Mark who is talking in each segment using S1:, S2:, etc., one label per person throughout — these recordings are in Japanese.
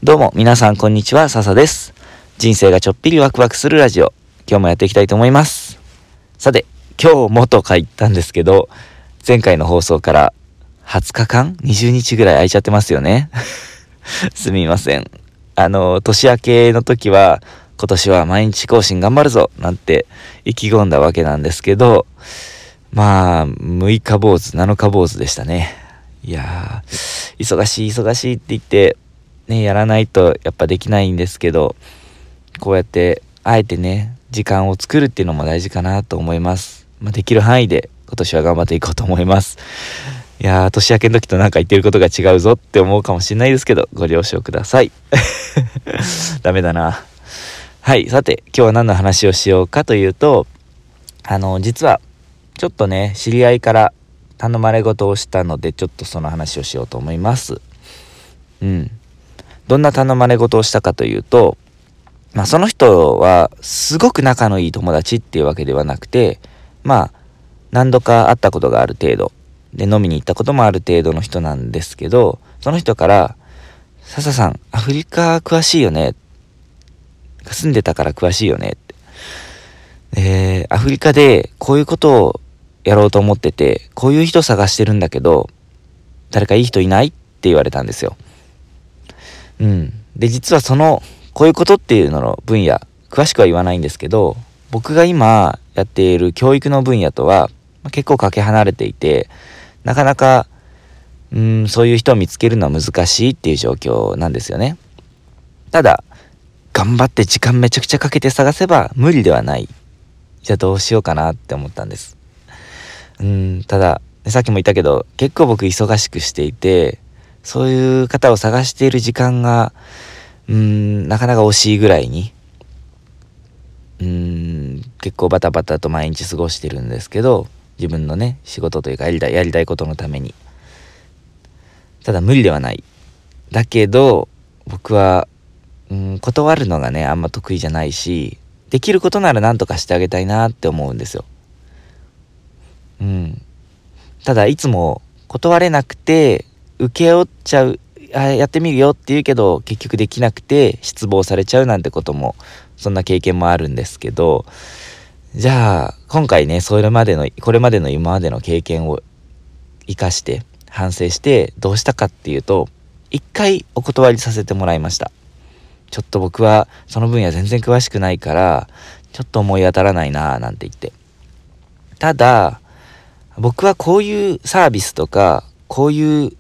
S1: どうも皆さんこんにちは、笹です。人生がちょっぴりワクワクするラジオ、今日もやっていきたいと思います。さて、今日もとか言ったんですけど、前回の放送から20日間20日ぐらい空いちゃってますよね。すみません。年明けの時は今年は毎日更新頑張るぞなんて意気込んだわけなんですけど、6日坊主7日坊主でしたね。いやー、忙しいって言ってね、やらないとやっぱできないんですけど、こうやってあえてね時間を作るっていうのも大事かなと思います。できる範囲で今年は頑張っていこうと思います。いやー、年明けの時となんか言ってることが違うぞって思うかもしれないですけど、ご了承ください。ダメだな。はい、さて今日は何の話をしようかというと、実はちょっとね知り合いから頼まれ事をしたので、ちょっとその話をしようと思います。どんな頼まれ事をしたかというと、その人はすごく仲のいい友達っていうわけではなくて、何度か会ったことがある程度で、飲みに行ったこともある程度の人なんですけど、その人から笹さんアフリカ詳しいよね、住んでたから詳しいよねって、アフリカでこういうことをやろうと思ってて、こういう人探してるんだけど誰かいい人いないって言われたんですよ。で、実はこういうことっていうのの分野詳しくは言わないんですけど、僕が今やっている教育の分野とは結構かけ離れていて、なかなかそういう人を見つけるのは難しいっていう状況なんですよね。ただ頑張って時間めちゃくちゃかけて探せば無理ではない。じゃあどうしようかなって思ったんです。たださっきも言ったけど結構僕忙しくしていて、そういう方を探している時間がなかなか惜しいぐらいに結構バタバタと毎日過ごしてるんですけど、自分のね仕事というかやりたいことのために。ただ無理ではない。だけど僕は断るのがねあんま得意じゃないし、できることなら何とかしてあげたいなって思うんですよ。ただいつも断れなくて請け負っちゃう、やってみるよって言うけど結局できなくて失望されちゃうなんてことも、そんな経験もあるんですけど、じゃあ今回ねこれまでの今までの経験を生かして反省してどうしたかっていうと、一回お断りさせてもらいました。ちょっと僕はその分野全然詳しくないからちょっと思い当たらないななんて言って、ただ僕はこういうサービスとかこういう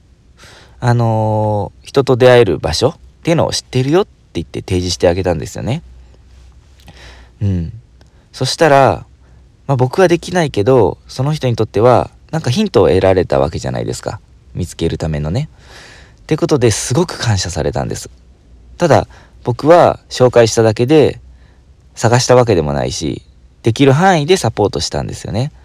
S1: 人と出会える場所っていうのを知ってるよって言って提示してあげたんですよね。そしたら、僕はできないけどその人にとってはなんかヒントを得られたわけじゃないですか、見つけるためのね。ってことですごく感謝されたんです。ただ僕は紹介しただけで探したわけでもないし、できる範囲でサポートしたんですよね。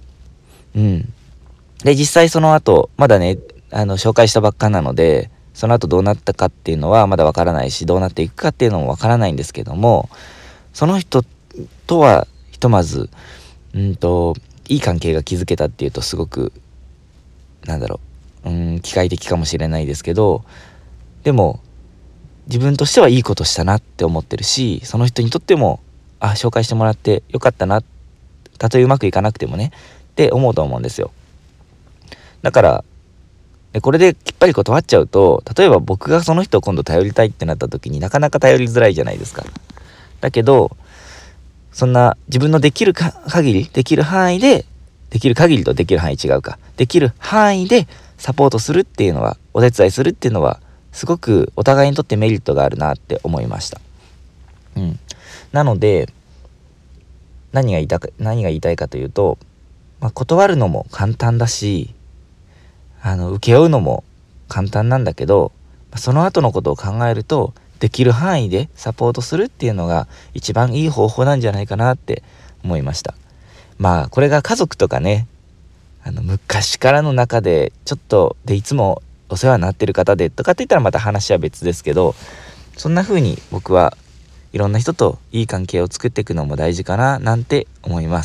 S1: で実際その後まだね紹介したばっかなので、その後どうなったかっていうのはまだわからないし、どうなっていくかっていうのもわからないんですけども、その人とはひとまずいい関係が築けたっていうとすごく機械的かもしれないですけど、でも自分としてはいいことしたなって思ってるし、その人にとっても紹介してもらってよかったな、たとえうまくいかなくてもねって思うと思うんですよ。だからこれできっぱり断っちゃうと、例えば僕がその人を今度頼りたいってなった時になかなか頼りづらいじゃないですか。だけどそんな自分のできる限り、できる範囲で、できる限りとできる範囲違うか、できる範囲でサポートするっていうのは、お手伝いするっていうのはすごくお互いにとってメリットがあるなって思いました。なので何が言いたいかというと、断るのも簡単だし、請け負うのも簡単なんだけど、その後のことを考えるとできる範囲でサポートするっていうのが一番いい方法なんじゃないかなって思いました。これが家族とかね、昔からの中でちょっとでいつもお世話になってる方でとかって言ったらまた話は別ですけど、そんな風に僕はいろんな人といい関係を作っていくのも大事かななんて思います。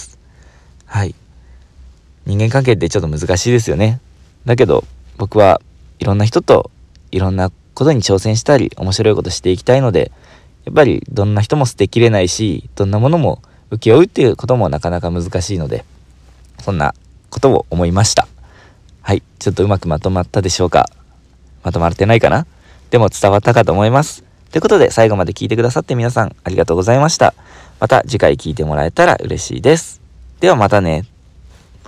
S1: 人間関係ってちょっと難しいですよね。だけど僕はいろんな人といろんなことに挑戦したり面白いことしていきたいので、やっぱりどんな人も捨てきれないし、どんなものも請け負うっていうこともなかなか難しいので、そんなことを思いました。はい、ちょっとうまくまとまったでしょうか。まとまってないかな。でも伝わったかと思います。ということで最後まで聞いてくださって皆さんありがとうございました。また次回聞いてもらえたら嬉しいです。ではまたね。